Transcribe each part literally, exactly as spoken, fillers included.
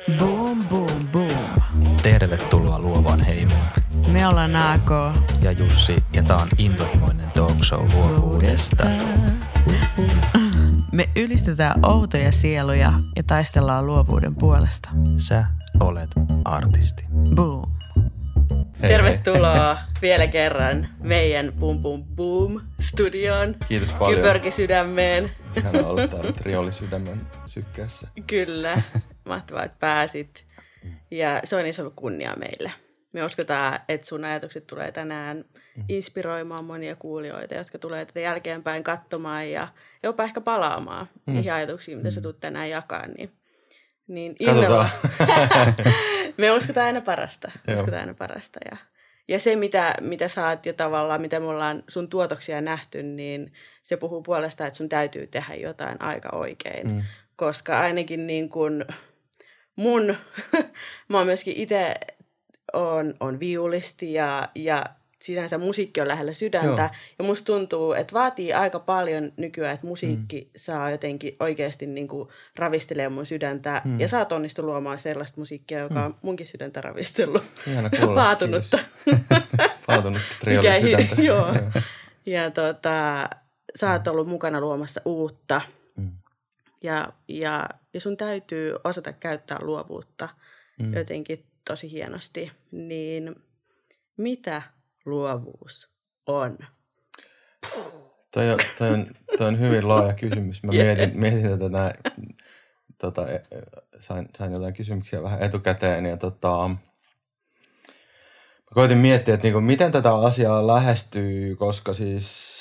Boom, boom, boom. Tervetuloa luovaan heimoon. Me ollaan A K Ja Jussi, ja tää on intohimoinen talk show luovuudesta. Me ylistetään outoja sieluja ja taistellaan luovuuden puolesta. Sä olet artisti. Boom. Hei, Tervetuloa hei. vielä kerran meidän Boom Boom Boom studioon. Kiitos paljon. Kyberkisydämeen. Ihana olla täällä Triolisydämen sykkeessä. Kyllä. Mahtavaa, että pääsit. Ja se on iso kunnia meille. Me uskotaan, että sun ajatukset tulee tänään inspiroimaan monia kuulijoita, jotka tulee tätä jälkeenpäin katsomaan ja jopa ehkä palaamaan mm. niihin ajatuksiin, mitä sä tulet tänään jakaa. Niin, niin innolla. Me uskotaan aina parasta. uskotaan aina parasta. Ja, ja se, mitä, mitä sä oot jo tavallaan, mitä me ollaan sun tuotoksia nähty, niin se puhuu puolesta, että sun täytyy tehdä jotain aika oikein. Mm. Koska ainakin niin kuin mun, mä oon myöskin itse on, on viulisti ja, ja sinänsä musiikki on lähellä sydäntä. Joo. Ja musta tuntuu, että vaatii aika paljon nykyään, että musiikki mm. saa jotenkin oikeasti niin kuin ravistelee mun sydäntä. Mm. Ja sä oot onnistu luomaan sellaista musiikkia, joka mm. on munkin sydäntä ravistellut. Ihana kuulla. Paatunutta. Paatunutta triolisydäntä. Joo. Ja tota, sä oot ollut mukana luomassa uutta. Mm. Ja, ja, ja sun täytyy osata käyttää luovuutta mm. jotenkin tosi hienosti. Niin mitä luovuus on? Toi on, toi on, toi on hyvin laaja kysymys. Mä mietin, mietin tätä näin. Tota, sain, sain jotain kysymyksiä vähän etukäteen. Ja tota, mä koitin miettiä, että niinku, miten tätä asiaa lähestyy, koska siis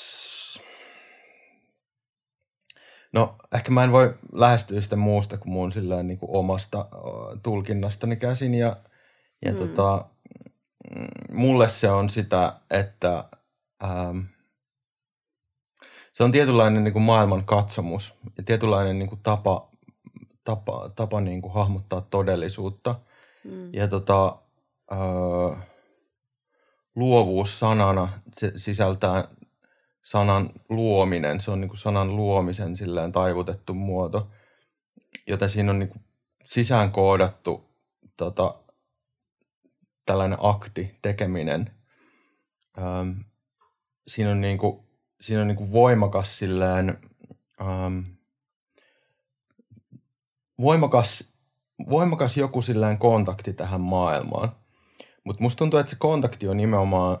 no, ehkä mä en voi lähestyä sitä muusta kuin mun silleen niin kuin omasta tulkinnastani käsin. Ja, ja mm. tota, mulle se on sitä, että ähm, se on tietynlainen niin kuin maailman katsomus ja tietynlainen niin kuin tapa, tapa, tapa niin kuin hahmottaa todellisuutta. Mm. Ja tota, äh, luovuus sanana se sisältää sanan luominen, se on niin kuin sanan luomisen silleen taivutettu muoto, jota siinä on niin kuin sisään koodattu tota, tällainen akti, tekeminen. Ähm, siinä on, niin kuin, siinä on niin kuin voimakas silleen, ähm, voimakas, voimakas joku silleen kontakti tähän maailmaan. Mutta musta tuntuu, että se kontakti on nimenomaan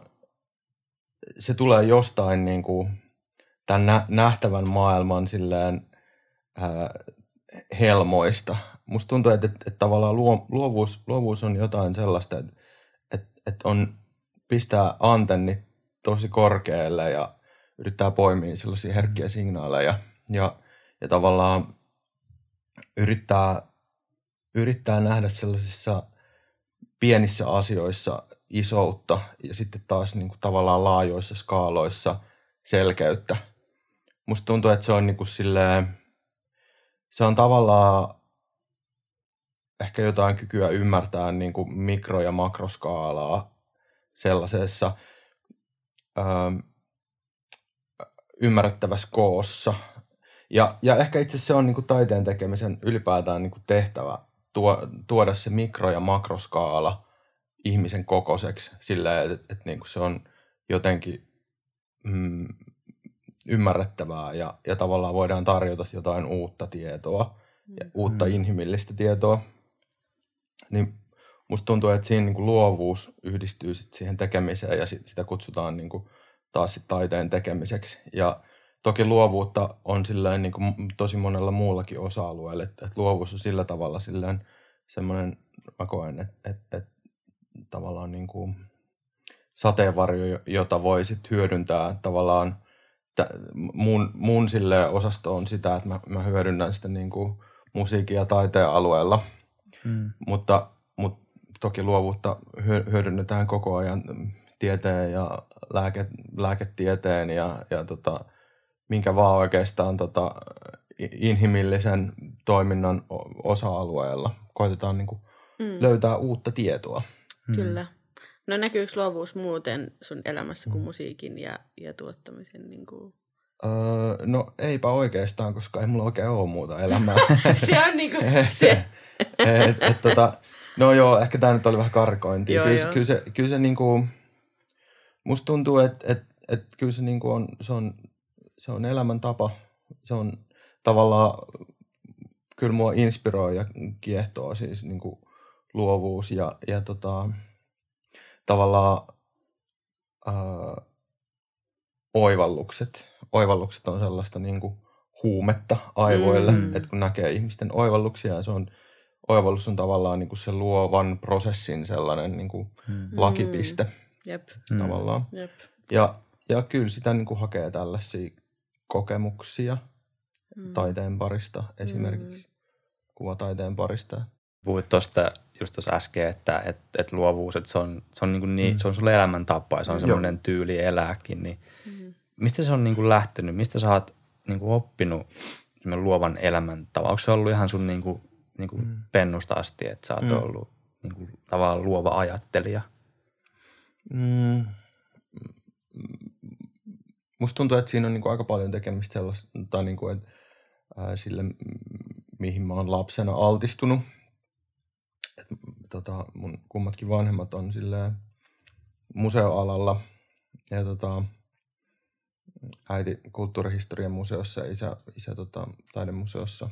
se tulee jostain niin kuin tämän nähtävän maailman silleen ää, helmoista. Musta tuntuu, että, että, että tavallaan luo, luovuus, luovuus on jotain sellaista, että, että, että on pistää antennit tosi korkealle ja yrittää poimia sellaisia herkkiä signaaleja ja, ja tavallaan yrittää, yrittää nähdä sellaisissa pienissä asioissa isoutta ja sitten taas niin kuin tavallaan laajoissa skaaloissa selkeyttä. Musta tuntuu, että se on niin kuin silleen, se on tavallaan ehkä jotain kykyä ymmärtää niin kuin mikro- ja makroskaalaa sellaisessa öö, ymmärrettävässä koossa. Ja, ja ehkä itse asiassa se on niin kuin taiteen tekemisen ylipäätään niin kuin tehtävä tuo, tuoda se mikro- ja makroskaala ihmisen kokoiseksi silleen, että, että, että niin kuin se on jotenkin mm, ymmärrettävää ja, ja tavallaan voidaan tarjota jotain uutta tietoa ja mm. uutta inhimillistä tietoa. Niin musta tuntuu, että siinä niin kuin luovuus yhdistyy sit siihen tekemiseen ja sit, sitä kutsutaan niin kuin taas sit taiteen tekemiseksi. Ja toki luovuutta on silleen niin kuin tosi monella muullakin osa-alueella, että, että luovuus on sillä tavalla silleen semmoinen, mä koen, että, että, että tavallaan niin kuin sateenvarjo, jota voi sit hyödyntää tavallaan. T- mun, mun sille osasto on sitä, että mä, mä hyödynnän sitä niin kuin musiikin ja taiteen alueella, mm. mutta, mutta toki luovuutta hyödynnetään koko ajan tieteen ja lääke, lääketieteen ja, ja tota, minkä vaan oikeastaan tota, inhimillisen toiminnan osa-alueella. Koitetaan niin kuin mm. löytää uutta tietoa. Mm. Kyllä. No näkyykö luovuus muuten sun elämässä kuin mm. musiikin ja, ja tuottamisen? Niin kuin? Öö, no eipä oikeastaan, koska ei mulla oikein ole muuta elämää. Se on niinku se. et, et, tota, no joo, ehkä tää nyt oli vähän karikointia. Joo, kyllä, joo. kyllä se, kyllä se niinku, musta tuntuu, että et, et kyllä se niinku on, se on, se on elämäntapa. Se on tavallaan, kyllä mua inspiroi ja kiehtoo siis niinku luovuus ja, ja tota, tavallaan ää, oivallukset. Oivallukset on sellaista niinku huumetta aivoille, mm. että kun näkee ihmisten oivalluksia, ja se on, oivallus on tavallaan niinku se luovan prosessin sellainen niinku mm. lakipiste Jep. tavallaan. Jep. Ja, ja kyllä sitä niinku hakee tällaisia kokemuksia mm. taiteen parista esimerkiksi, mm. kuvataiteen parista. Puhuit tuosta just tuossa äsken, että et, et luovuus, että se on, se on, niinku niin, mm. se on sulle elämäntapa ja se on semmoinen tyyli elääkin. Niin mm. mistä se on niinku lähtenyt? Mistä sä oot niinku oppinut luovan elämäntavan? Onko se ollut ihan sun niinku, niinku mm. pennusta asti, että sä oot mm. ollut niinku tavallaan luova ajattelija? Mm. Musta tuntuu, että siinä on niinku aika paljon tekemistä sellaista, tai niinku, että, ää, sille, mihin mä oon lapsena altistunut. Et, tota, mun kummatkin vanhemmat on silleen museoalalla ja tota, äiti kulttuurihistorian museossa ja isä, isä tota, taidemuseossa.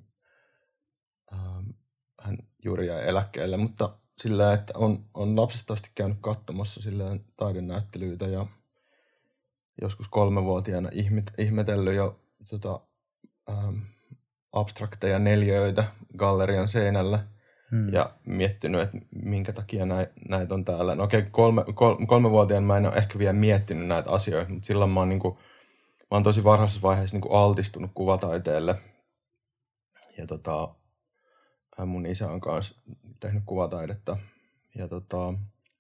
Ähm, hän juuri jäi eläkkeelle, mutta sillä, että on, on lapsesta asti käynyt katsomassa silleen taidenäyttelyitä ja joskus kolmevuotiaana ihmet, ihmetellyt jo tota, ähm, abstrakteja neljöitä gallerian seinällä hmm. ja miettinyt, että minkä takia näitä näit on täällä. No okei, kolme, kol, kolmevuotiaana mä en ole ehkä vielä miettinyt näitä asioita, mutta silloin mä oon, niinku, mä oon tosi varhaisessa vaiheessa niinku altistunut kuvataiteelle. Ja tota, mun isä on kanssa tehnyt kuvataidetta. Ja tota,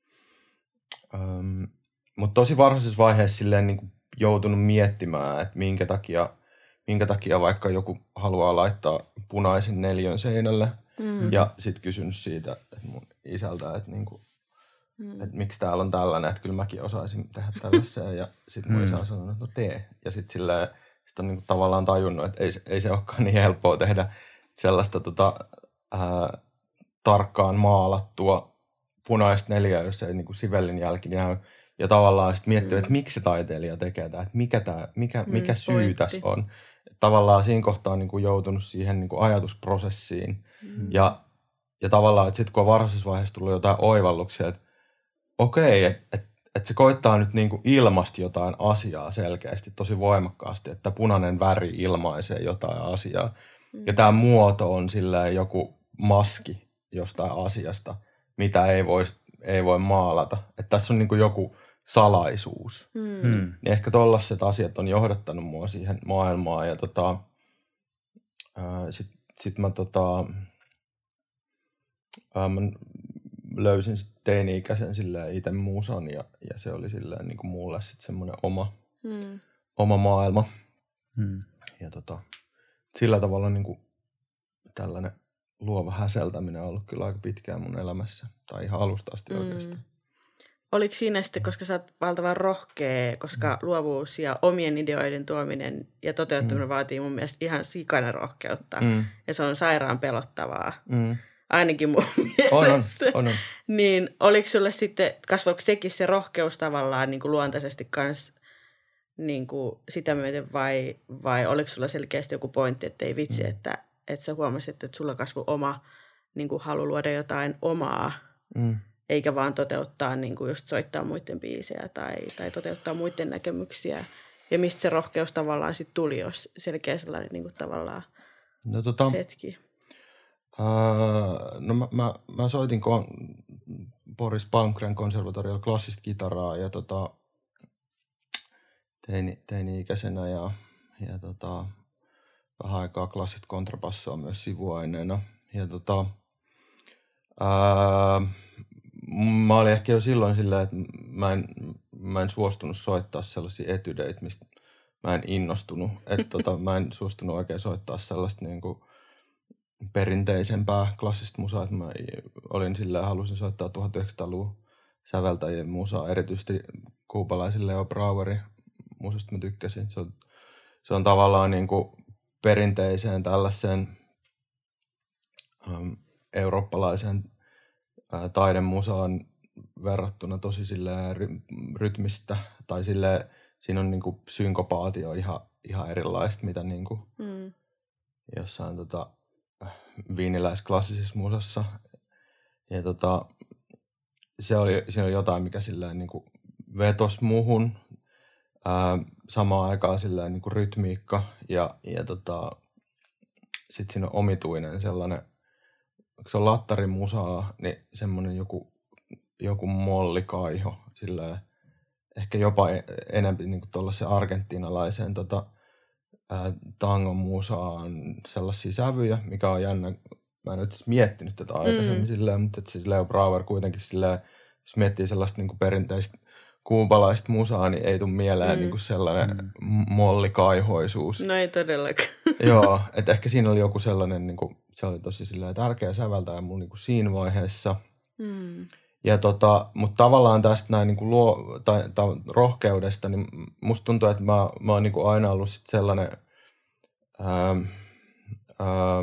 ähm, mutta tosi varhaisessa vaiheessa silleen niinku joutunut miettimään, että minkä takia, minkä takia vaikka joku haluaa laittaa punaisen neliön seinälle. Mm. Ja sitten kysynyt siitä että mun isältä, että, niinku, mm. että miksi täällä on tällainen, että kyllä mäkin osaisin tehdä tällaisen. Ja sitten mun mm. isä on sanonut, että no tee. Ja sitten silleen, sit on niinku tavallaan tajunnut, että ei, ei se olekaan niin helppoa tehdä sellaista tota, ää, tarkkaan maalattua punaista neliöä, jos ei niinku sivellin jälki näy. Ja tavallaan sitten miettinyt, mm. että miksi se taiteilija tekee tämä, että mikä, tää, mikä, mikä mm, syy tässä on. Tavallaan siinä kohtaa on niin kuin joutunut siihen niin kuin ajatusprosessiin. Mm. Ja, ja tavallaan, että sitten kun on varhaisessa vaiheessa tullut jotain oivalluksia, että okei, että et, et se koittaa nyt niin kuin ilmasta jotain asiaa selkeästi, tosi voimakkaasti, että punainen väri ilmaisee jotain asiaa. Mm. Ja tämä muoto on silleen joku maski jostain asiasta, mitä ei voi, ei voi maalata. Että tässä on niin kuin joku salaisuus. Mm. Niin ehkä tollaiset asiat on johdattanut mua siihen maailmaan. Ja tota, sitten sit mä, tota, ää, mä löysin sit teini-ikäisen silleen itse musan ja, ja se oli silleen niin kuin mulle sitten semmoinen oma, mm. oma maailma. Mm. Ja tota, sillä tavalla niin kuin tällainen luova häseltäminen on ollut kyllä aika pitkään mun elämässä. Tai ihan alusta asti mm. oikeastaan. Oliko siinä sitten, koska sä oot valtavan rohkea, koska mm. luovuus ja omien ideoiden tuominen ja toteuttaminen mm. vaatii mun mielestä ihan sikana rohkeutta. Mm. Ja se on sairaan pelottavaa. Mm. Ainakin mun mielestä. On, on, on, on. Niin oliko sulle sitten, kasvoiko sekin se rohkeus tavallaan niin kuin luontaisesti kans niin kuin sitä myöten vai, vai oliko sulla selkeästi joku pointti, että ei vitsi, mm. että, että sä huomasit, että sulla kasvoi oma niin kuin halu luoda jotain omaa. Mm. Eikä vaan toteuttaa, niin kuin just soittaa muiden biisejä tai, tai toteuttaa muiden näkemyksiä. Ja mistä se rohkeus tavallaan sitten tuli, jos selkeä sellainen niin kuin tavallaan no, tota, hetki? Uh, no mä, mä, mä soitin kon, Boris Palmgren konservatoriolla klassista kitaraa ja tota, teini, teini-ikäisenä ja, ja tota, vähän aikaa klassista kontrabassoa myös sivuaineena. Ja tota, uh, mä olin ehkä jo silloin silleen, että mä en, mä en suostunut soittaa sellaisia etydeitä, mistä mä en innostunut. Että tota, mä en suostunut oikein soittaa sellaista niin kuin perinteisempää klassista musaa. Että mä olin silleen, halusin soittaa tuhatyhdeksänsataaluvun säveltäjien musaa, erityisesti kuupalaisen Leo Brauerin musasta mä tykkäsin. Se on se on tavallaan niin kuin perinteiseen tällaiseen ähm, eurooppalaiseen äh, taidemusaan verrattuna tosi silleen ry- rytmistä tai silleen, siinä on niin kuin synkopaatio ihan, ihan erilaista, mitä niin kuin Mm. jossain tota, viiniläisklassisessa musassa. Ja tota, se oli, siinä oli jotain, mikä silleen niin kuin vetos muhun. Ää, samaan aikaan silleen niin kuin rytmiikka ja, ja tota, sitten siinä on omituinen sellainen, kun se on lattarimusaa, niin semmoinen joku, joku mollikaiho, silleen, ehkä jopa enemmän niin kuin tuollaiseen argentiinalaiseen tota, ää, tangon musaan sellaisia sävyjä, mikä on jännä. Mä en ole miettinyt tätä aikaisemmin mm. silleen, mutta että siis Leo Brouwer kuitenkin silleen, jos miettii sellaista niin kuin perinteistä kuubalaista musaa, niin ei tule mieleen mm. niin kuin sellainen mm. mollikaihoisuus. No ei todellakaan. Joo, että ehkä siinä oli joku sellainen, niin kuin, se oli tosi silleen tärkeä säveltäjä mun niin kuin siinä vaiheessa. Mm. Ja tota, mutta tavallaan tästä näin niin kuin luo, tai, tai rohkeudesta, niin musta tuntuu, että mä, mä oon niin kuin aina ollut sit sellainen ää, ää,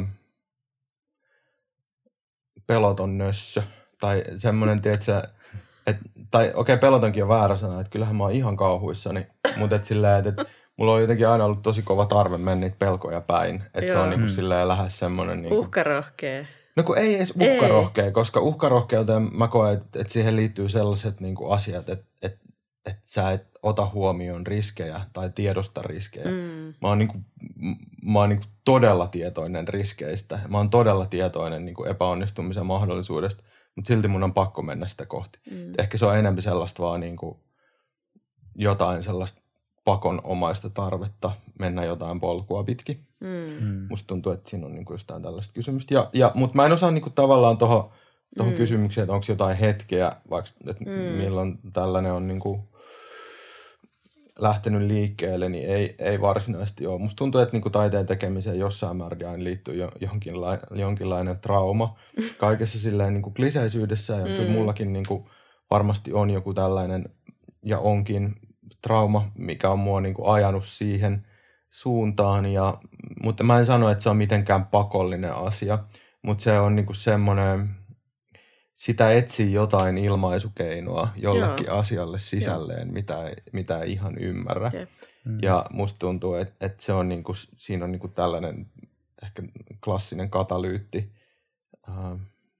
peloton nössö. Tai semmoinen, tietsä, et, tai okei, okay, pelotonkin on väärä sana, että kyllähän mä oon ihan kauhuissani, mutta et silleen, että et, mulla on jotenkin aina ollut tosi kova tarve mennä niitä pelkoja päin. Että se on niinku silleen lähes semmoinen niinku uhkarohkea. No kun ei edes uhkarohkea, koska uhkarohkeuteen mä koen, että et siihen liittyy sellaiset niinku asiat, että et, et sä et ota huomioon riskejä tai tiedosta riskejä. Mm. Mä oon, niinku, mä oon niinku todella tietoinen riskeistä. Mä oon todella tietoinen niinku epäonnistumisen mahdollisuudesta, mutta silti mun on pakko mennä sitä kohti. Mm. Ehkä se on enemmän sellaista vaan niinku jotain sellaista pakonomaista tarvetta mennä jotain polkua pitkin. Mm. Musta tuntuu, että siinä on niinku jostain tällaista kysymystä. Ja, ja, mutta mä en osaa niinku tavallaan tuohon mm. kysymykseen, että onko jotain hetkeä, vaikka että mm. milloin tällainen on niinku lähtenyt liikkeelle, niin ei, ei varsinaisesti ole. Musta tuntuu, että niinku taiteen tekemiseen jossain määrin aina liittyy jo, jonkinlainen, jonkinlainen trauma kaikessa silleen niinku kliseisyydessä. Ja mm. kyllä mullakin niinku varmasti on joku tällainen, ja onkin trauma, mikä on mua niinku ajanut siihen suuntaan. Ja, mutta mä en sano, että se on mitenkään pakollinen asia, mutta se on niinku semmoinen, sitä etsii jotain ilmaisukeinoa jollekin Joo. asialle sisälleen, mitä, mitä ei ihan ymmärrä. Jep. Ja musta tuntuu, että, että se on niinku, siinä on niinku tällainen ehkä klassinen katalyytti äh,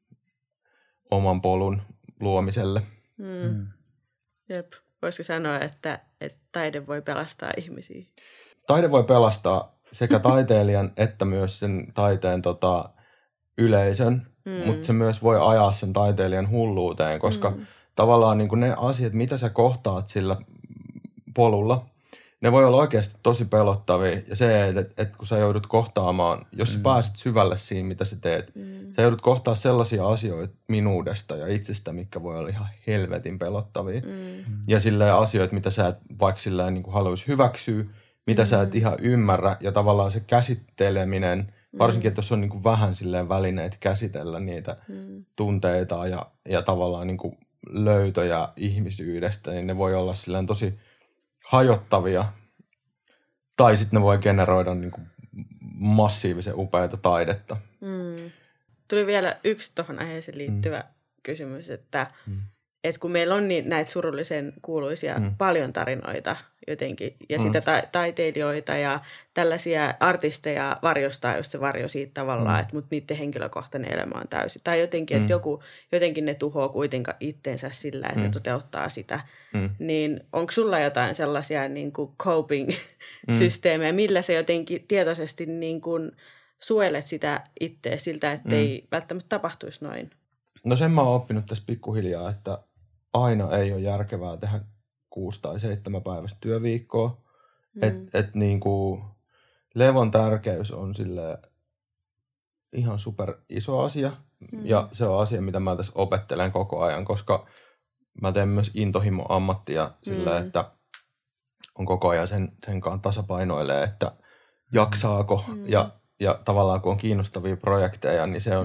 oman polun luomiselle. Mm. Mm. Jep. Voisiko sanoa, että, että taide voi pelastaa ihmisiä? Taide voi pelastaa sekä taiteilijan että myös sen taiteen tota, yleisön, mm. mutta se myös voi ajaa sen taiteilijan hulluuteen, koska mm. tavallaan niin kuin ne asiat, mitä sä kohtaat sillä polulla, ne voi olla oikeasti tosi pelottavia. Ja se, että, että kun sä joudut kohtaamaan, jos sä mm. pääset syvälle siinä, mitä sä teet, mm. sä joudut kohtaamaan sellaisia asioita minuudesta ja itsestä, mitkä voi olla ihan helvetin pelottavia. Mm. Ja silleen asioita, mitä sä et vaikka silleen niin kuin haluaisi hyväksyä, mitä mm. sä et ihan ymmärrä. Ja tavallaan se käsitteleminen, varsinkin, että jos on niin kuin vähän silleen välineet käsitellä niitä mm. tunteita ja, ja tavallaan niin kuin löytöjä ihmisyydestä, niin ne voi olla silleen tosi hajottavia, tai sitten ne voi generoida niin kuin massiivisen upeata taidetta. Mm. Tuli vielä yksi tuohon aiheeseen liittyvä mm. kysymys, että mm. et kun meillä on niin näitä surullisen kuuluisia mm. paljon tarinoita jotenkin, ja mm. sitä ta- taiteilijoita ja tällaisia artisteja varjostaa, jos se varjo siitä tavallaan, mm. että mut niiden henkilökohtainen elämä on täysin. Tai jotenkin, mm. että joku, jotenkin ne tuhoaa kuitenkaan itsensä sillä, että mm. ne toteuttaa sitä. Mm. Niin onko sulla jotain sellaisia niin kuin coping-systeemejä, mm. millä sä jotenkin tietoisesti niin kuin suojelet sitä itseä siltä, ettei mm. välttämättä tapahtuisi noin? No sen mä oon oppinut tässä pikkuhiljaa, että aina ei ole järkevää tehdä kuusi tai seitsemän päivästä työviikkoa. Mm. Että et niinku levon tärkeys on sille ihan super iso asia. Mm. Ja se on asia, mitä mä tässä opettelen koko ajan, koska mä teen myös intohimo-ammattia sillä, mm. että on koko ajan sen, sen kanssa tasapainoilee, että jaksaako. Mm. Ja, ja tavallaan kun on kiinnostavia projekteja, niin se on, mm.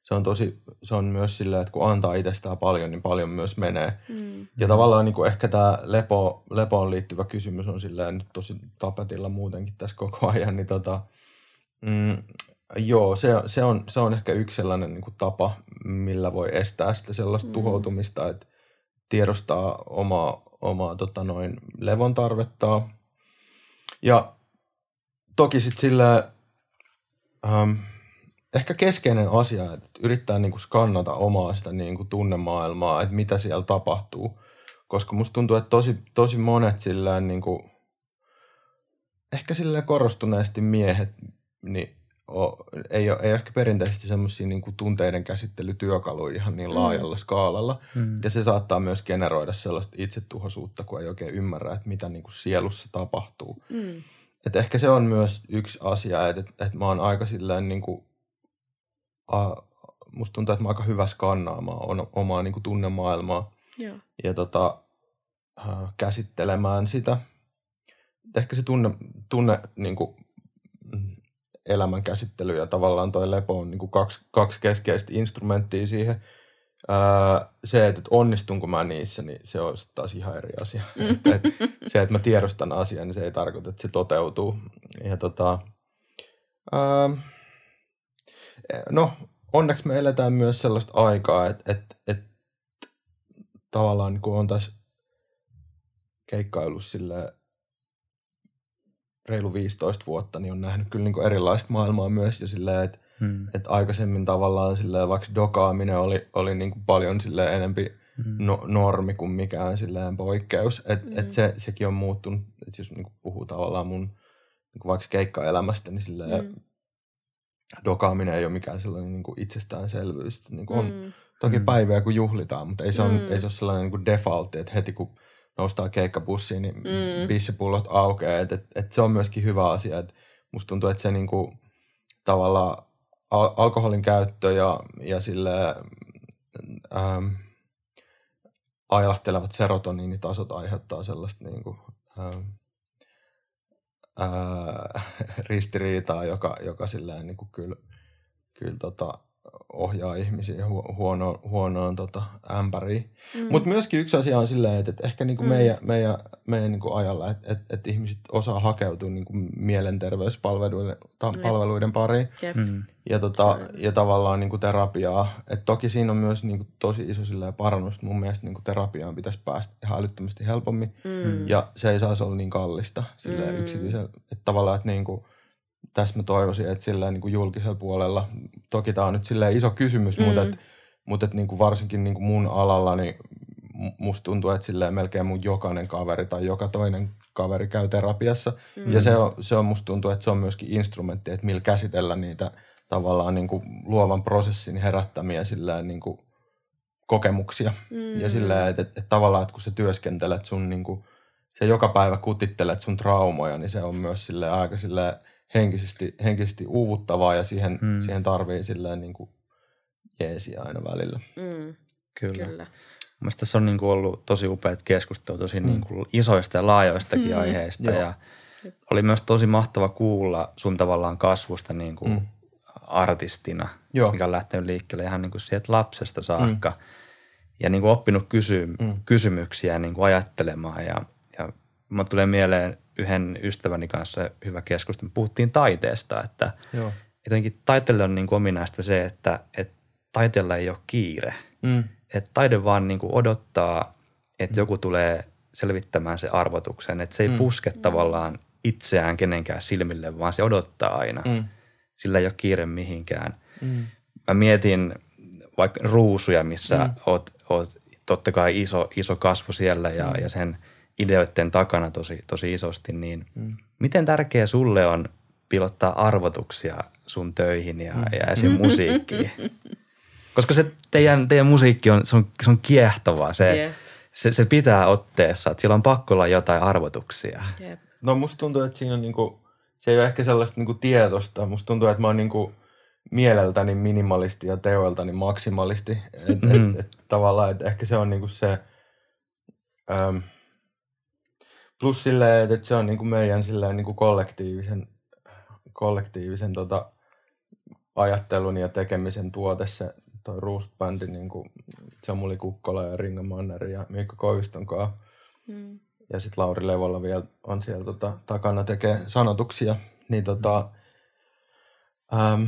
se on tosi, se on myös silleen, että kun antaa itsestään paljon, niin paljon myös menee. Mm. Ja tavallaan niin kuin ehkä tämä lepo, lepoon liittyvä kysymys on silleen nyt tosi tapetilla muutenkin tässä koko ajan, niin tota, mm, joo, se, se, on, se on ehkä yksi sellainen niin kuin tapa, millä voi estää sitä sellaista mm. tuhoutumista, että tiedostaa omaa, omaa tota noin, levon tarvettaa. Ja toki sitten silleen, ähm, ehkä keskeinen asia, että yrittää niin kuin skannata omaa sitä niin kuin tunnemaailmaa, että mitä siellä tapahtuu. Koska musta tuntuu, että tosi, tosi monet silleen, niin kuin, ehkä silleen korostuneesti miehet, niin o, ei, ole, ei ole ehkä perinteisesti semmoisia niin kuin tunteiden käsittelytyökaluja ihan niin laajalla mm. skaalalla. Mm. Ja se saattaa myös generoida sellaista itsetuhoisuutta, kun ei oikein ymmärrä, että mitä niin kuin sielussa tapahtuu. Mm. Että ehkä se on myös yksi asia, että, että, että mä oon aika silleen niin kuin, a, musta tuntuu, että mä oon aika hyvä skannaamaan omaa niin kuin tunnemaailmaa. Joo. Ja tota, äh, käsittelemään sitä. Ehkä se tunne, tunne niin kuin, elämän käsittely ja tavallaan toi lepo on niin kuin kaksi, kaksi keskeistä instrumenttia siihen. Ää, se, että onnistunko mä niissä, niin se on taas ihan eri asia. että, että se, että mä tiedostan asian, niin se ei tarkoita, että se toteutuu. Ja tota, ää, no, onneksi me eletään myös sellaista aikaa, että, että, että tavallaan niin kun on tässä keikkailussa silleen, reilu viisitoista vuotta, niin on nähnyt kyllä niin kuin erilaista maailmaa myös ja silleen, että, hmm. että aikaisemmin tavallaan silleen, vaikka dokaaminen oli, oli niin kuin paljon silleen enempi hmm. no, normi kuin mikään silleen poikkeus, että hmm. et se, sekin on muuttunut, että jos niin kuin puhuu tavallaan mun niin kuin vaikka keikkaelämästä, niin silleen hmm. dokaaminen ei ole mikään sellainen niin kuin itsestäänselvyys, että niin kuin on hmm. toki päiviä kun juhlitaan, mutta ei se, hmm. ole, ei se ole sellainen niin kuin defaultti, että heti kun noustaan keikkabussiin, niin mm. bissipullot aukeaa. Et, et, et se on myöskin hyvä asia. Et musta tuntuu, että se niinku, tavallaan al- alkoholin käyttö ja, ja sille, ähm, ailahtelevat serotoniinitasot aiheuttaa sellaista niinku, ähm, äh, ristiriitaa, joka, joka silleen niinku kyllä, kyllä tota, ohjaa ihmisiä hu- huonoon, huonoon tota, ämpäriin. Mm. Mutta myöskin yksi asia on silleen, että, että ehkä niinku mm. meidän, meidän, meidän niinku ajalla, että, että, että ihmiset osaa hakeutua niinku mielenterveyspalveluiden ta, palveluiden pariin mm. ja, tota, ja tavallaan niinku terapiaa. Et toki siinä on myös niinku tosi iso silleen parannus. Mun mielestä niinku terapiaan pitäisi päästä ihan älyttömästi helpommin mm. ja se ei saisi olla niin kallista silleen mm. yksityisellä. Että tavallaan, että niinku, tässä mä toivoisin, että silleen niin kuin julkisella puolella, toki tämä on nyt silleen iso kysymys, mm. mutta, et, mutta et niin kuin varsinkin niin kuin mun alalla, niin musta tuntuu, että silleen melkein mun jokainen kaveri tai joka toinen kaveri käy terapiassa. Mm. Ja se on, se on musta tuntuu, että se on myöskin instrumentti, että millä käsitellä niitä tavallaan niin kuin luovan prosessin herättämiä silleen niin kuin kokemuksia. Mm. Ja silleen, että, että, että tavallaan, että kun sä työskentelet sun niin kuin, sä joka päivä kutittelet sun traumoja, niin se on myös silleen aika silleen henkisesti, henkisesti uuvuttavaa ja siihen, mm. siihen tarvii silleen niin kuin jeesiä aina välillä. Mm. Kyllä. Kyllä. Mielestäni tässä on niin kuin ollut tosi upeat keskustelua tosi mm. niin kuin isoista ja laajoistakin mm. aiheista. Ja oli myös tosi mahtava kuulla sun tavallaan kasvusta niin kuin mm. artistina, Joo. mikä on lähtenyt liikkeelle ihan niin kuin sieltä lapsesta saakka. Mm. Ja niin kuin oppinut kysy- mm. kysymyksiä niin kuin ajattelemaan. Ja, ja mä tulee mieleen yhden ystäväni kanssa hyvä keskustelu. Puhuttiin taiteesta, että Joo. jotenkin taiteelle on niin kuin ominaista se, että, että taiteella ei ole kiire. Mm. Että taide vaan niin kuin odottaa, että mm. joku tulee selvittämään se arvotuksen. Että se ei mm. puske mm. tavallaan itseään kenenkään silmille, vaan se odottaa aina. Mm. Sillä ei ole kiire mihinkään. Mm. Mä mietin vaikka Ruusuja, missä mm. oot, oot totta kai iso, iso kasvu siellä ja, mm. ja sen ideoiden takana tosi, tosi isosti. Niin mm. miten tärkeä sulle on pilottaa arvotuksia sun töihin ja, mm. ja esim. Musiikkiin? Koska se teidän, teidän musiikki on, se on, se on kiehtovaa. Se, yeah. se, se pitää otteessa, että siellä on pakko olla jotain arvotuksia. Yep. No musta tuntuu, että siinä on niinku, se ei ole ehkä sellaista niinku tietosta. Musta tuntuu, että mä oon niinku mieleltäni minimalisti ja teoiltani maksimalisti. Et, mm. et, et, tavallaan, että ehkä se on niinku se, äm, plus silleen, että et se on niinku meidän silleen niinku kollektiivisen, kollektiivisen tota, ajattelun ja tekemisen tuote, se toi Roost-bändi, niin kuin Samuli Kukkola ja Ringa Manneri ja Mikko Koiviston kanssa. Mm. Ja sitten Lauri Levolla vielä on siellä tota, takana tekee sanotuksia. Niin tota, ähm,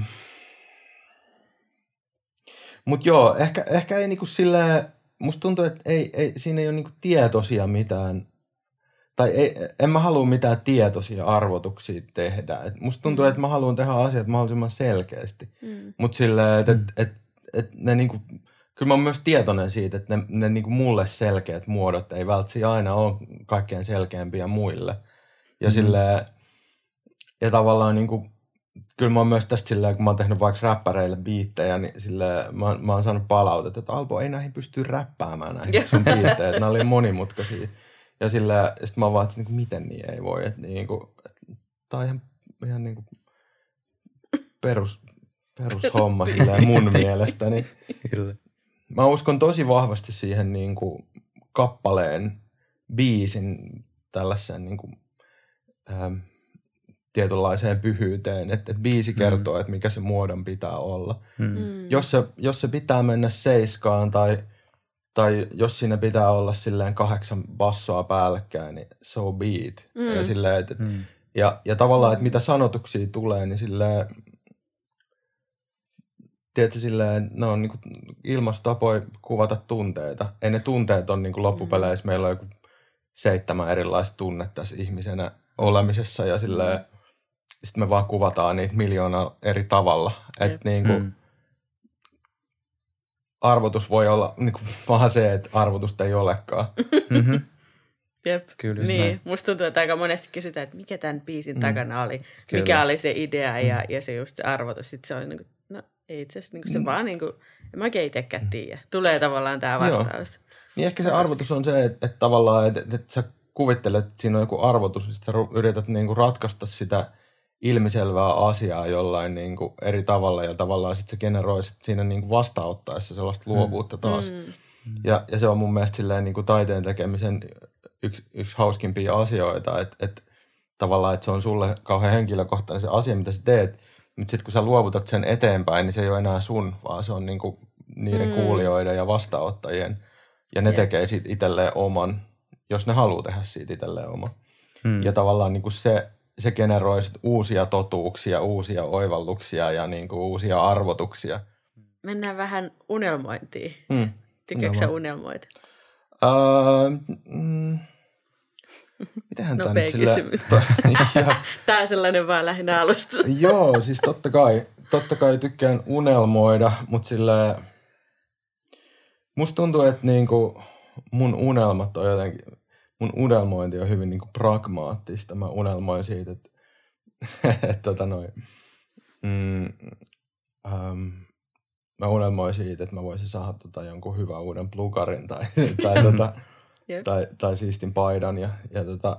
mut joo, ehkä, ehkä ei niinku silleen, musta tuntuu, että ei, ei, siinä ei ole niinku tietoisia mitään, tai ei, en mä halua mitään tietoisia arvotuksia tehdä. Et musta tuntuu, mm. että mä haluan tehdä asiat mahdollisimman selkeästi. Mm. Mut silleen, että mm. et, et, et ne niinku, kyllä mä oon myös tietoinen siitä, että ne, ne niinku mulle selkeät muodot ei välttämättä aina ole kaikkein selkeämpiä muille. Ja mm. silleen, ja tavallaan niinku, kyllä mä oon myös tästä silleen, kun mä oon tehnyt vaikka räppäreille biittejä, niin silleen, mä, mä oon saanut palautetta, että Alpo ei näihin pysty räppäämään näihin sun biittejä, että nämä oli monimutkaisia. Ja silleen, sit mä oon vaan, että niinku, miten niin ei voi, että niinku, et, tää on ihan, ihan niinku perus, perushomma silleen mun mielestäni. Mä uskon tosi vahvasti siihen niinku kappaleen, biisin tällaiseen niinku, ähm, tietynlaiseen pyhyyteen, että et biisi kertoo, mm. että mikä se muodon pitää olla. Mm. Jos, se, jos se pitää mennä seiskaan tai, tai jos siinä pitää olla silleen kahdeksan bassoa päällekkäin, niin so be it. Mm. Ja, silleen, et, mm. ja, ja tavallaan, että mitä sanotuksia tulee, niin silleen, tiedätkö, silleen, ne on niinku ilmastotapoja kuvata tunteita. Ei ne tunteet on niinku loppupeleissä, mm. meillä on joku seitsemän erilaista tunnetta tässä ihmisenä olemisessa ja silleen, mm. sitten me vaan kuvataan niitä miljoona eri tavalla. Että niinku, mm. arvotus voi olla niinku vaan se, että arvotusta ei olekaan. Mm-hmm. Jep. Kyllä, niin, näin. Musta tuntuu, että aika monesti kysytään, että mikä tämän biisin mm. takana oli. Kyllä. Mikä oli se idea ja, ja se just se arvotus. Sitten se oli niinku, no ei itse asiassa niinku se mm. vaan niinku, en mä oikein itsekään tiedä. Tulee tavallaan tää vastaus. Joo. Niin ehkä se arvotus on se, että, että tavallaan, että, että sä kuvittelet, että siinä on joku arvotus, ja sitten sä yrität niinku ratkaista sitä ilmiselvää asiaa jollain niinku eri tavalla, ja tavallaan sitten se generoi sit siinä niinku vastaanottaessa sellaista luovuutta taas. Mm. Ja, ja se on mun mielestä silleen niinku taiteen tekemisen yksi, yksi hauskimpia asioita, että et, tavallaan, että se on sulle kauhean henkilökohtainen se asia, mitä sä teet, mutta sitten kun sä luovutat sen eteenpäin, niin se ei ole enää sun, vaan se on niinku niiden mm. kuulijoiden ja vastaanottajien, ja ne yeah. tekee siitä itselleen oman, jos ne haluaa tehdä siitä itselleen oma. Hmm. Ja tavallaan niin kuin se, se generoi sit uusia totuuksia, uusia oivalluksia ja niin kuin uusia arvotuksia. Mennään vähän unelmointiin. Hmm. Tykkääksä sä unelmoida? Uh, mm, mitähän tämä nyt sillä... kysymys. Tämä on sellainen vaan lähinnä alustus. Joo, siis totta kai, totta kai tykkään unelmoida, mutta sillä musta tuntuu, että niinku mun unelmat on jotenkin, mun unelmointi on hyvin niinku pragmaattista. Mä unelmoin siitä, että et, tota noin, mm, ähm, mä unelmoin siitä, että mä voisin saada tota jonkun hyvän uuden plugarin tai, tai, tota, yep. tai, tai siistin paidan. Ja, ja tota,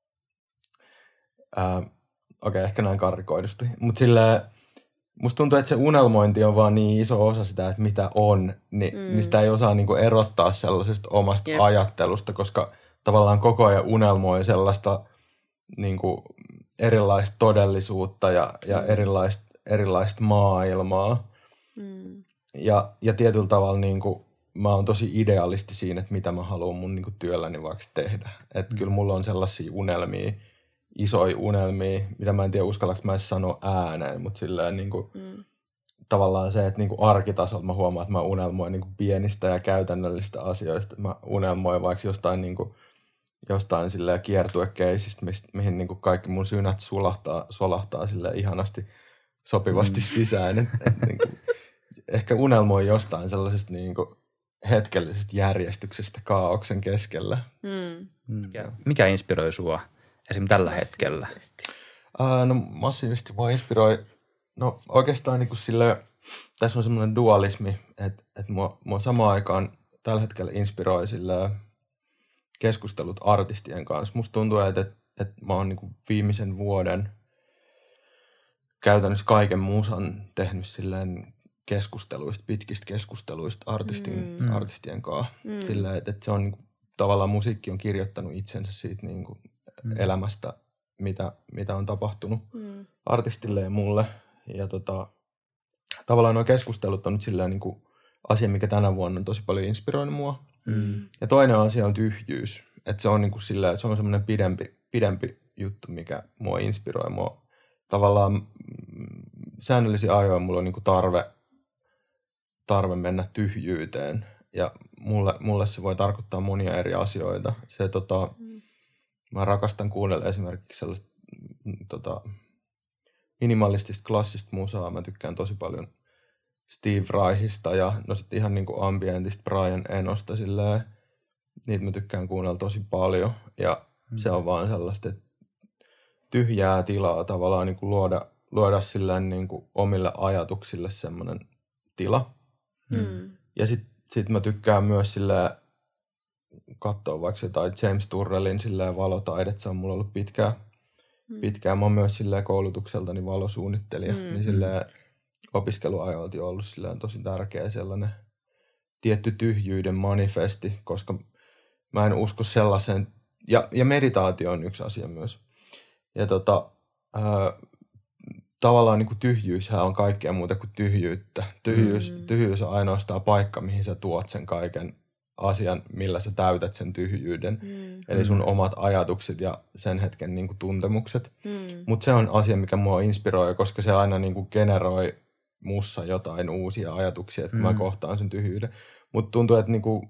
äh, okei, okay, ehkä näin karrikoidusti. Mutta silleen, musta tuntuu, että se unelmointi on vaan niin iso osa sitä, että mitä on, niin, mm. niin sitä ei osaa niinku erottaa sellaisesta omasta yep. ajattelusta, koska tavallaan koko ajan unelmoi sellaista niinku erilaista todellisuutta ja, ja mm. erilaista, erilaista maailmaa. Mm. Ja, ja tietyllä tavalla niinku, mä oon tosi idealisti siinä, että mitä mä haluan mun niinku työlläni vaikka tehdä. Että mm. kyllä mulla on sellaisia unelmia, isoja unelmia, mitä mä en tiedä uskallanko mä edes sanoa ääneen, mutta silleen niinku, mm. tavallaan se, että niinku arkitasolla mä huomaan, että mä unelmoin niinku pienistä ja käytännöllisistä asioista. Mä unelmoin vaikka jostain, niinku, jostain silleen kiertuekeisistä, mihin niinku kaikki mun synät sulahtaa, solahtaa silleen ihanasti sopivasti mm. sisään. Et, et, niinku, ehkä unelmoin jostain sellaisesta niinku hetkellisestä järjestyksestä kaaoksen keskellä. Mm. Mikä, mikä inspiroi sua esimerkiksi tällä hetkellä? Uh, no massiivisesti voi inspiroi. No oikeastaan niin kuin sille, tässä on semmoinen dualismi, että, että mua, mua samaan aikaan tällä hetkellä inspiroi sille keskustelut artistien kanssa. Musta tuntuu, että, että, että mä oon niin kuin viimeisen vuoden käytännössä kaiken musan tehnyt silleen keskusteluista, pitkistä keskusteluista artistin, mm. artistien kanssa. Mm. Silleen, että, että se on niin kuin, tavallaan musiikki on kirjoittanut itsensä siitä niin kuin mm. elämästä, mitä, mitä on tapahtunut mm. artistille ja mulle. Ja tota, tavallaan nuo keskustelut on nyt silleen niin kuin asia, mikä tänä vuonna on tosi paljon inspiroinut mua. Mm. Ja toinen asia on tyhjyys. Että se on niin kuin silleen, se on semmoinen pidempi, pidempi juttu, mikä mua inspiroi. Mua tavallaan säännöllisiä ajoin mulla on niin kuin tarve, tarve mennä tyhjyyteen. Ja mulle, mulle se voi tarkoittaa monia eri asioita. Se, tota, mm. Mä rakastan kuunnella esimerkiksi sellaista tota, minimalistista klassista musaa. Mä tykkään tosi paljon Steve Reichista ja no sit ihan niinku ambientista Brian Enosta silleen. Niitä mä tykkään kuunnella tosi paljon. Ja mm. se on vaan sellaista, että tyhjää tilaa tavallaan niinku luoda, luoda silleen niinku omille ajatuksille semmoinen tila. Mm. Ja sit, sit mä tykkään myös silleen katsoa vaikka jotain James Turrellin silleen valotaidet. Se on mulla ollut pitkään. Mm. pitkään. Mä oon myös silleen koulutukseltani valosuunnittelija. Mm. Niin silleen opiskeluajoilta on ollut silleen tosi tärkeä sellainen tietty tyhjyyden manifesti, koska mä en usko sellaiseen. Ja, ja meditaatio on yksi asia myös. Ja tota, ää, tavallaan niin kuin tyhjyyshän on kaikkea muuta kuin tyhjyyttä. Tyhjyys, mm. tyhjyys on ainoastaan paikka, mihin sä tuot sen kaiken asian, millä sä täytät sen tyhjyyden. Mm. Eli sun omat ajatukset ja sen hetken niin kuin tuntemukset. Mm. Mutta se on asia, mikä mua inspiroi, koska se aina niin kuin generoi mussa jotain uusia ajatuksia, että mm. mä kohtaan sen tyhjyyden. Mutta tuntuu, että niin kuin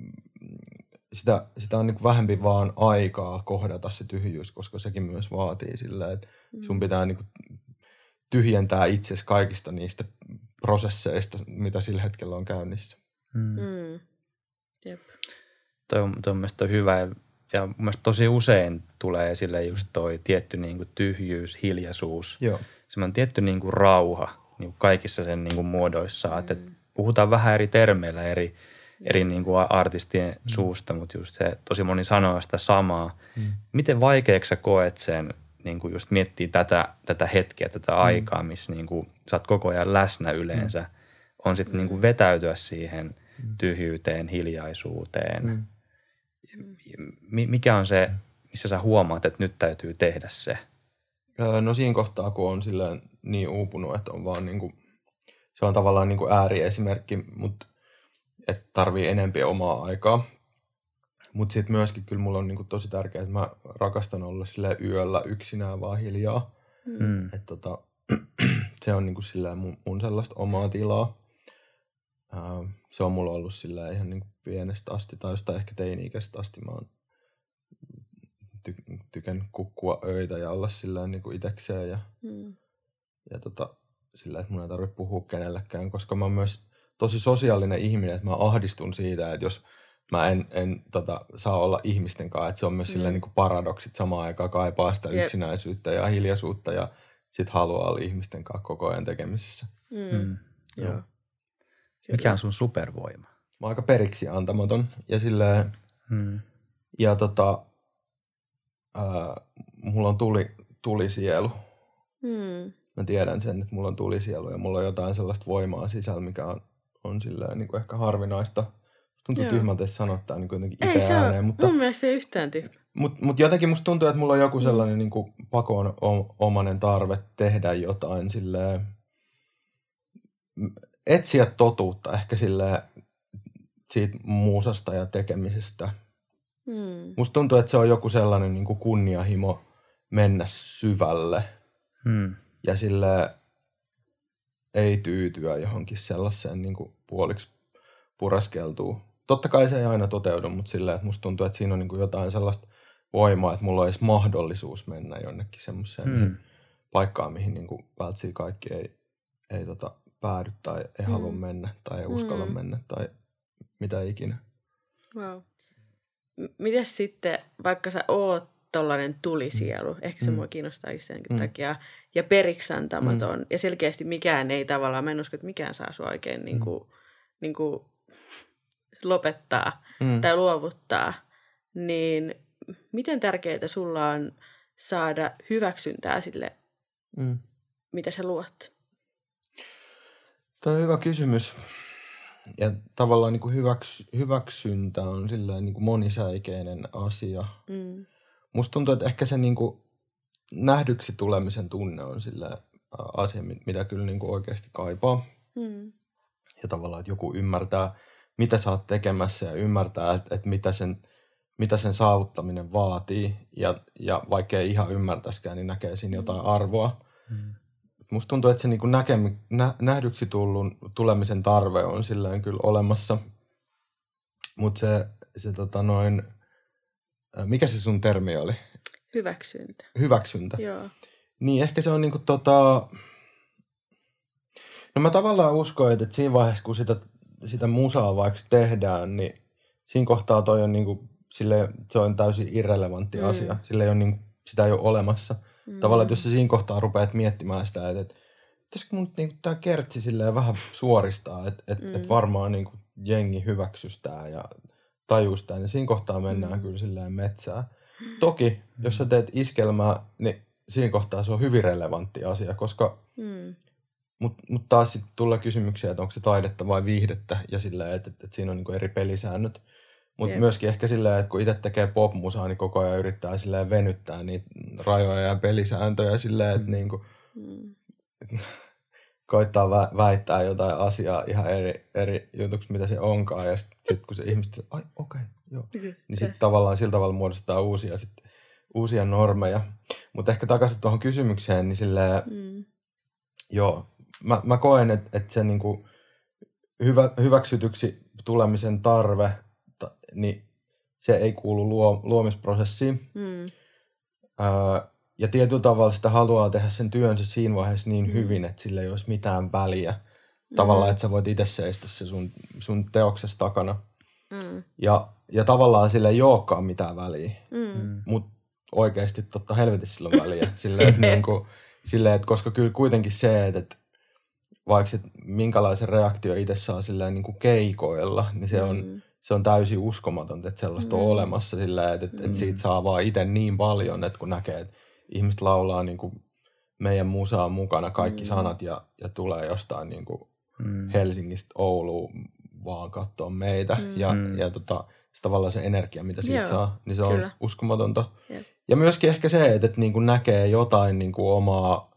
sitä, sitä on niin kuin vähempi vaan aikaa kohdata se tyhjyys, koska sekin myös vaatii sillä, että mm. sun pitää niin kuin tyhjentää itsesi kaikista niistä prosesseista, mitä sillä hetkellä on käynnissä. Mm. Mm. Jep. Toi on, toi on mielestäni hyvä ja, ja mun mielestä tosi usein tulee esille just toi tietty niin kuin tyhjyys, hiljaisuus, Joo. semmoinen tietty niin kuin rauha niin kuin kaikissa sen niin kuin muodoissaan. Mm. Että puhutaan vähän eri termeillä eri, mm. eri niin kuin artistien mm. suusta, mutta just se tosi moni sanoo sitä samaa. Mm. Miten vaikeaksi sä koet sen, niin kuin just miettii tätä, tätä hetkeä, tätä mm. aikaa, missä niin kuin sä oot koko ajan läsnä yleensä, mm. on sitten mm. niin kuin vetäytyä siihen tyhjyyteen, hiljaisuuteen. Mm. Mikä on se, missä sä huomaat, että nyt täytyy tehdä se? No siinä kohtaa, kun on silleen niin uupunut, että on vaan niinku, se on tavallaan niinku ääriesimerkki, mutta että tarvii enempi omaa aikaa. Mutta sitten myöskin kyllä mulla on niinku tosi tärkeää, että mä rakastan olla silleen yöllä yksinään vaan hiljaa. Mm. Että tota, se on niinku silleen mun, mun sellaista omaa tilaa. Uh, se on mulla ollut sillä ihan niin kuin pienestä asti, tai jostain ehkä teini-ikäistä asti. Mä oon ty- tykännyt kukkua öitä ja olla sillä niin kuin itekseen. Ja, mm. ja tota, sillä, että mun ei tarvitse puhua kenellekään, koska mä oon myös tosi sosiaalinen ihminen, että mä ahdistun siitä, että jos mä en, en tota, saa olla ihmisten kanssa, että se on myös mm. sillä niin kuin paradoksit samaan aikaan kaipaa sitä yep. yksinäisyyttä ja hiljaisuutta ja sit haluaa olla ihmisten kanssa koko ajan tekemisissä. Mm. Mm. Joo. Joo. Mikä on sun supervoima? Mä oon aika periksi antamaton ja silleen, hmm. ja tota, ää, mulla on tuli, tulisielu. Hmm. Mä tiedän sen, että mulla on tulisielu ja mulla on jotain sellaista voimaa sisällä, mikä on, on silleen niin kuin ehkä harvinaista. Tuntuu Joo. tyhmältä sanottaa niin kuin jotenkin itse ääneen. Mutta mun mielestä ei yhtään tyhmä. Mutta mut jotenkin musta tuntuu, että mulla on joku sellainen niin kuin pakonomainen tarve tehdä jotain silleen, etsiä totuutta ehkä silleen siitä muusasta ja tekemisestä. Hmm. Musta tuntuu, että se on joku sellainen niin kuin kunnianhimo mennä syvälle hmm. ja silleen ei tyytyä johonkin sellaiseen niin kuin puoliksi pureskeltuu. Totta kai se ei aina toteudu, mutta silleen, että musta tuntuu, että siinä on niin kuin jotain sellaista voimaa, että mulla olisi mahdollisuus mennä jonnekin semmoiseen hmm. paikkaan, mihin niin kuin välttämättä kaikki ei, ei tota, päädy tai ei mm. halua mennä tai ei uskalla mm. mennä tai mitä ikinä. Wow. Mites sitten, vaikka sä oot tollainen tulisielu, ehkä se mm. mua kiinnostaa senkin mm. takia, ja periksantamaton, mm. ja selkeästi mikään ei tavallaan, mä en usko, että mikään saa sua oikein niin kuin, mm. niin kuin lopettaa mm. tai luovuttaa, niin miten tärkeää sulla on saada hyväksyntää sille, mm. mitä sä luot? Tämä on hyvä kysymys. Ja tavallaan niin kuin hyväks, hyväksyntä on silleen niin kuin monisäikeinen asia. Mm. Musta tuntuu, että ehkä se niin kuin nähdyksi tulemisen tunne on silleen asia, mitä kyllä niin kuin oikeasti kaipaa. Mm. Ja tavallaan, että joku ymmärtää, mitä sä oot tekemässä ja ymmärtää, että, että mitä, sen, mitä sen saavuttaminen vaatii. Ja, ja vaikka ei ihan ymmärtäisikään, niin näkee siinä jotain arvoa. Mm. Musta tuntuu, että se niin kuin näkemi, nä, nähdyksi tullun, tulemisen tarve on silleen kyllä olemassa. Mutta se, se tota noin, mikä se sun termi oli? Hyväksyntä. Hyväksyntä. Joo. Niin, ehkä se on niinku tota... No mä tavallaan uskon, että siinä vaiheessa, kun sitä, sitä musaa vaikka tehdään, niin siinä kohtaa toi on niinku, sille, se on täysin irrelevantti mm. asia. Sille ei ole niinku, sitä ei ole olemassa. Mm. Tavallaan, että jos sä siinä kohtaa rupeat miettimään sitä, että, että pitäisikö mun niinku tää kertsi silleen vähän suoristaa, että, että, mm. että varmaan niinku jengi hyväksystää ja tajustaa, niin siinä kohtaa mennään mm. kyllä silleen metsään. Toki, mm. jos sä teet iskelmää, niin siinä kohtaa se on hyvin relevantti asia, koska mm. mutta mut taas sitten tulee kysymyksiä, että onko se taidetta vai viihdettä ja silleen, että, että, että siinä on niinku eri pelisäännöt. Mutta myöskin ehkä silleen, että kun itse tekee popmusaa, niin koko ajan yrittää silleen venyttää niitä rajoja ja pelisääntöjä silleen, että mm. niinku, mm. koittaa vä- väittää jotain asiaa ihan eri, eri jutuksi, mitä se onkaan. Ja sitten sit, kun se ihmiset, ai okei, okay, joo, okay. niin sitten tavallaan sillä tavalla muodostetaan uusia, sit, uusia normeja. Mutta ehkä takaisin tuohon kysymykseen, niin silleen, mm. joo, mä, mä koen, että et se niinku hyvä, hyväksytyksi tulemisen tarve, ta, niin se ei kuulu luo, luomisprosessiin. Mm. Öö, ja tietyllä tavalla sitä haluaa tehdä sen työnsä siinä vaiheessa niin mm. hyvin, että sillä ei olisi mitään väliä. Tavallaan, mm. että sä voit itse seistä se sun, sun teoksessa takana. Mm. Ja, ja tavallaan sillä ei olekaan mitään väliä. Mm. Mutta oikeasti totta helvetissä sillä on väliä. Silleen, että, niinku, silleen, että koska kyllä kuitenkin se, että, että vaikka et minkälaisen reaktio itse saa silleen, niin kuin keikoilla, niin se on, mm. se on täysin uskomatonta, että sellaista mm. on olemassa. Silleen, että, että, että siitä saa vaan itse niin paljon, että kun näkee, että ihmiset laulaa niin kuin meidän musaa mukana kaikki mm. sanat ja, ja tulee jostain niin kuin mm. Helsingistä Ouluun vaan katsoa meitä. Mm. Ja, ja tota, se tavallaan se energia, mitä siitä Joo, saa, niin se on kyllä. uskomatonta. Jep. Ja myöskin ehkä se, että, että niin kuin näkee jotain niin kuin omaa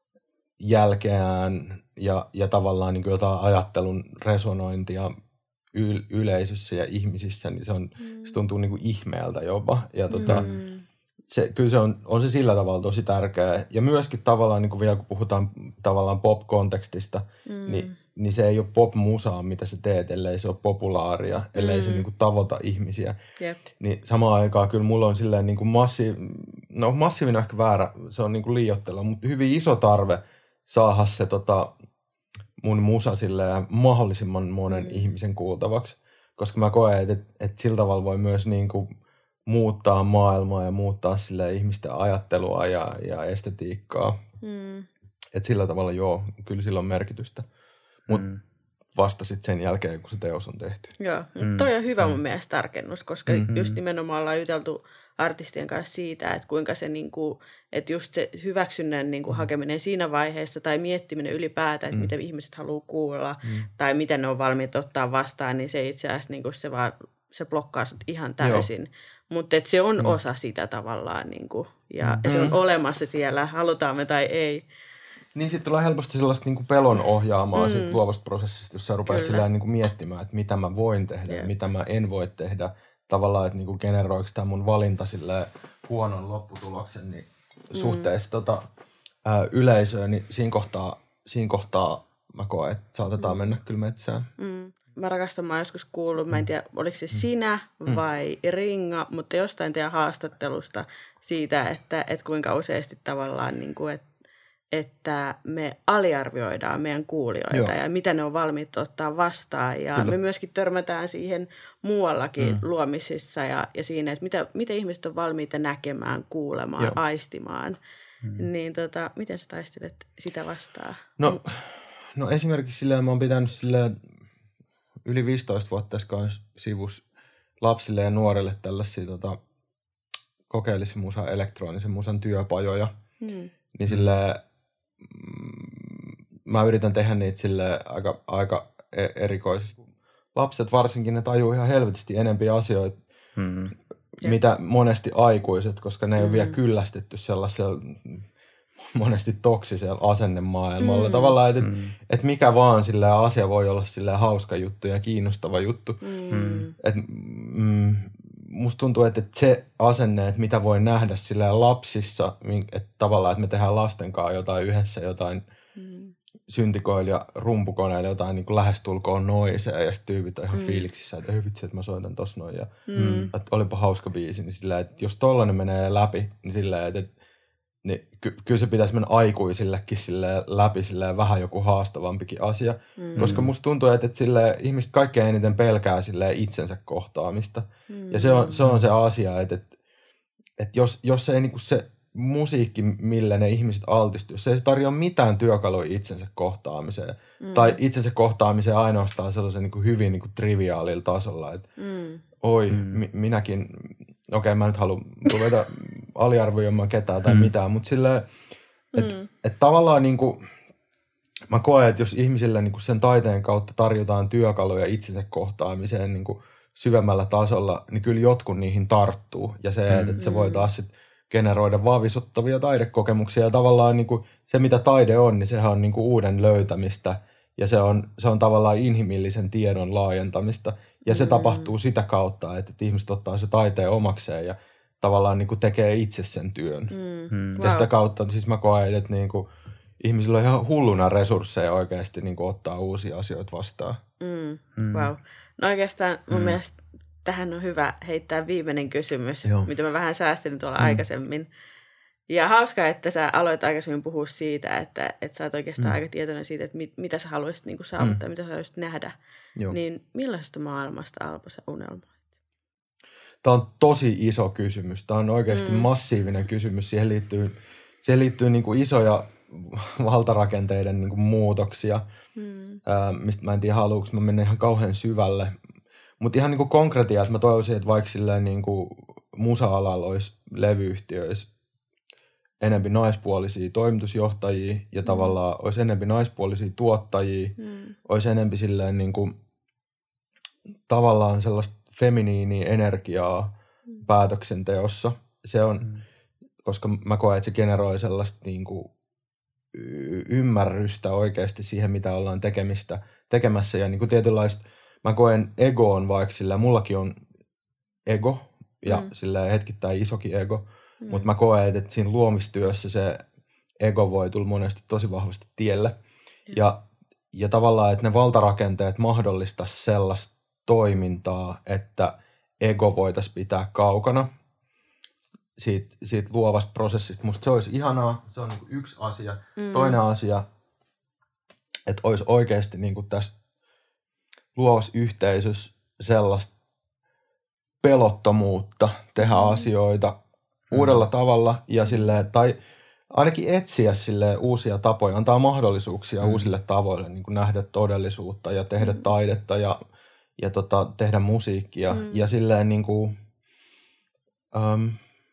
jälkeään ja, ja tavallaan niin kuin jotain ajattelun resonointia yl- yleisössä ja ihmisissä, niin se, on, mm. se tuntuu niin kuin ihmeeltä jopa. Ja tota, mm. se, kyllä se on, on se sillä tavalla tosi tärkeää. Ja myöskin tavallaan, niin kuin vielä kun puhutaan tavallaan pop-kontekstista, mm. niin, niin se ei ole pop-musaa, mitä sä teet, ellei se ole populaaria, ellei mm. se niin kuin tavoita ihmisiä. Yep. Niin samaan aikaan kyllä mulla on silleen niin kuin massi, no massiivinen ehkä väärä, se on niin kuin liioittelua, mutta hyvin iso tarve saada se tota, mun musa silleen mahdollisimman monen mm. ihmisen kuultavaksi. Koska mä koen, että, että, että sillä tavalla voi myös niin kuin muuttaa maailmaa ja muuttaa silleen ihmisten ajattelua ja, ja estetiikkaa. Mm. Että sillä tavalla joo, kyllä sillä on merkitystä. Mutta mm. vasta sitten sen jälkeen, kun se teos on tehty. Joo, mm. toi on hyvä mm. mun mielestä tarkennus, koska mm-hmm. just nimenomaan ollaan juteltu artistien kanssa siitä, että kuinka se, niinku, että just se hyväksynnän niinku, mm. hakeminen siinä vaiheessa tai miettiminen ylipäätään, että mm. mitä ihmiset haluaa kuulla mm. tai miten ne on valmiit ottaa vastaan, niin se itse asiassa niinku, se, vaan, se blokkaa sut ihan täysin. Mutta se on mm. osa sitä tavallaan niinku, ja, mm. ja se on olemassa siellä, halutaan me tai ei. Niin sitten tulee helposti sellaista niinku pelon ohjaamaa mm. siitä luovasta prosessista, jos sä rupeat silleen niinku miettimään, että mitä mä voin tehdä yeah. ja mitä mä en voi tehdä. Tavallaan, että niinku generoiko tämä mun valinta silleen huonon lopputuloksen niin mm. suhteessa tota, ää, yleisöön, niin siinä kohtaa, siinä kohtaa mä koen, että saatetaan mm. mennä kyllä metsään. Mm. Mä rakastan, mä joskus kuullut, mä en tiedä, oliko se sinä vai mm. Ringa, mutta jostain teidän haastattelusta siitä, että, että kuinka useasti tavallaan, niin kuin, että että me aliarvioidaan meidän kuulijoita Joo. ja mitä ne on valmiit ottaa vastaan. Ja Kyllä. me myöskin törmätään siihen muuallakin mm. luomisissa ja, ja siinä, että mitä, mitä ihmiset on valmiita näkemään, kuulemaan, Joo. aistimaan. Mm. Niin tota, miten sä taistelet sitä vastaan? No, no esimerkiksi silleen, mä oon pitänyt silleen yli viisitoista vuotta sivus lapsille ja nuorille tällaisia tota, kokeellisen musan, elektronisen musan työpajoja. Mm. Niin silleen, mä yritän tehdä niitä silleen aika, aika erikoisesti. Lapset varsinkin, ne tajuu ihan helvetisti enempiä asioita, mm. mitä monesti aikuiset, koska ne ei mm. ole vielä kyllästetty sellaisella monesti toksisella asennemaailmalla. Mm. Tavallaan, että Mm. et, et mikä vaan sillä asia voi olla sillä hauska juttu ja kiinnostava juttu. Mm. Et, mm, musta tuntuu, että, että se asenne, että mitä voi nähdä sillä lapsissa, että tavallaan, että me tehdään lasten kanssa jotain yhdessä, jotain Mm. syntikoilla ja rumpukoneilla, jotain niin kuin lähestulkoon noisea, ja sitten tyypit on ihan Mm. fiiliksissä, että ei vitsi, että mä soitan tossa noin, ja Mm. että olipa hauska biisi, niin sillä, että jos tollainen menee läpi, niin sillä, että, että niin ky- kyllä se pitäisi mennä aikuisillekin sillä läpi sillä vähän joku haastavampikin asia, Mm. koska musta tuntuu, että, että sillä ihmiset kaikkein eniten pelkää sillä itsensä kohtaamista. Mm. Ja se on se, on se asia, että, että, että jos, jos ei niinku se musiikki, millä ne ihmiset altistuu, jos ei se tarjoa mitään työkaluja itsensä kohtaamiseen, Mm. tai itsensä kohtaamiseen ainoastaan sellaisen niinku hyvin niinku triviaalilla tasolla, että Mm. oi, Mm. mi- minäkin, okei okay, mä nyt haluan ruveta aliarvioimaan ketään tai Mm. mitään, mutta silleen, että Mm. et tavallaan niinku, mä koen, että jos ihmisille niinku sen taiteen kautta tarjotaan työkaluja itsensä kohtaamiseen niinku syvemmällä tasolla, niin kyllä jotkut niihin tarttuu. Ja se, että, että se voi taas sit generoida vahvistuttavia taidekokemuksia. Ja tavallaan niinku se, mitä taide on, niin sehän on niinku uuden löytämistä. Ja se on, se on tavallaan inhimillisen tiedon laajentamista. Ja se Mm. tapahtuu sitä kautta, että, että ihmiset ottaa se taiteen omakseen ja tavallaan niinku tekee itse sen työn. Mm. Mm. Ja Wow. sitä kautta siis mä koen, että niinku ihmisillä on ihan hulluna resursseja oikeasti niinku ottaa uusia asioita vastaan. Mm. Mm. Wow. No oikeastaan mun Mm. mielestä tähän on hyvä heittää viimeinen kysymys, Joo. mitä mä vähän säästin tuolla Mm. aikaisemmin. Ja hauskaa, että sä aloit aikaisemmin puhua siitä, että, että sä oot oikeastaan Mm. aika tietoinen siitä, että mit, mitä sä haluaisit niin kuin saavuttaa, mm. mitä sä haluaisit nähdä. Joo. Niin millaisesta maailmasta, Alpo, sä unelmoit? Tämä on tosi iso kysymys. Tämä on oikeasti Mm. massiivinen kysymys. Siihen liittyy, siihen liittyy niin kuin isoja valtarakenteiden niin kuin muutoksia, Mm. ää, mistä mä en tiedä, haluanko mä mennä ihan kauhean syvälle. Mutta ihan niin kuin konkretia, että mä toivoisin, että vaikka silleen niin kuin musa-alalla olisi levyyhtiöissä enempi naispuolisia toimitusjohtajia ja Mm. tavallaan olisi enempi naispuolisia tuottajia, Mm. olisi enempi silleen niin kuin, tavallaan sellaista feminiiniä energiaa Mm. päätöksenteossa. Se on, Mm. koska mä koen, että se generoi sellaista niin kuin y- ymmärrystä oikeasti siihen, mitä ollaan tekemistä, tekemässä. Ja niin kuin tietynlaista, mä koen egoon vaikka sillä, mullakin on ego ja Mm. sillä hetkittäin isokin ego, Mm. mutta mä koen, että siinä luomistyössä se ego voi tulla monesti tosi vahvasti tielle. Ja, ja tavallaan, että ne valtarakenteet mahdollistaa sellaista toimintaa, että ego voitaisiin pitää kaukana siitä, siitä luovasta prosessista. Musta se olisi ihanaa, se on niinku yksi asia. Mm. Toinen asia, että olisi oikeasti niinku tässä luovassa yhteisössä sellaista pelottomuutta tehdä Mm. asioita uudella tavalla ja silleen, tai ainakin etsiä silleen uusia tapoja, antaa mahdollisuuksia Mm. uusille tavoille niin kuin nähdä todellisuutta ja tehdä Mm. taidetta ja, ja tota, tehdä musiikkia. Mm. Ja silleen niin kuin, um,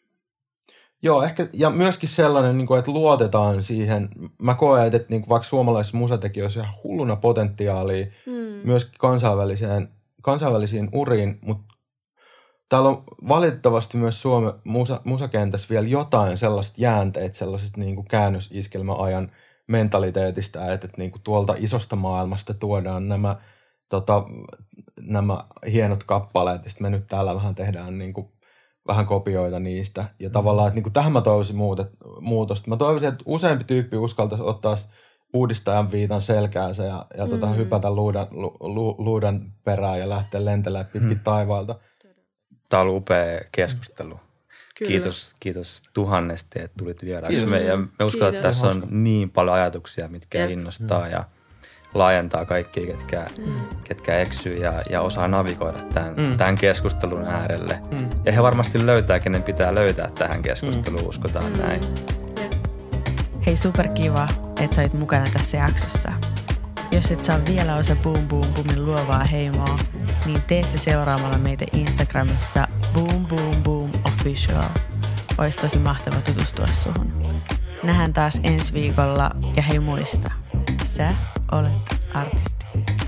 joo, ehkä, ja myöskin sellainen, niin kuin, että luotetaan siihen. Mä koen, että, että niin kuin vaikka suomalaisissa musatekijöissä on ihan hulluna potentiaalia Mm. myöskin kansainväliseen, kansainvälisiin uriin, mutta täällä on valitettavasti myös Suomen musa, musakentässä vielä jotain sellaista jäänteitä, sellaisesta niin kuin käännösiskelmäajan mentaliteetistä, että, että niin kuin tuolta isosta maailmasta tuodaan nämä, tota, nämä hienot kappaleet, ja sitten me nyt täällä vähän tehdään niin kuin, vähän kopioita niistä. Ja mm. tavallaan, että niin kuin tähän mä toivoisin muutet, muutosta. Mä toivoisin, että useampi tyyppi uskaltaisi ottaa uudistajan viitan selkäänsä ja, ja tota, Mm. hypätä luudan, lu, lu, luudan perään ja lähteä lentelemään pitkin Mm. taivaalta. Tämä oli upea keskustelu. Kyllä. Kiitos, kiitos tuhannesti, että tulit vieraaksi. Kiitos. Me, ja me uskon, että Kiitos. tässä on niin paljon ajatuksia, mitkä Jep. innostaa ja laajentaa kaikkia, ketkä, Mm. ketkä eksyy ja, ja osaa navigoida tämän, Mm. tämän keskustelun äärelle. Mm. Ja he varmasti löytää, kenen pitää löytää tähän keskusteluun, uskotaan Mm. näin. Jep. Hei, superkiva, että sä olit mukana tässä jaksossa. Jos et saa vielä osa Boom Boom Boomin luovaa heimoa, niin tee se seuraamalla meitä Instagramissa Boom Boom Boom Official. Ois tosi mahtava tutustua suhun. Nähdään taas ensi viikolla ja hei muista, sä olet artisti.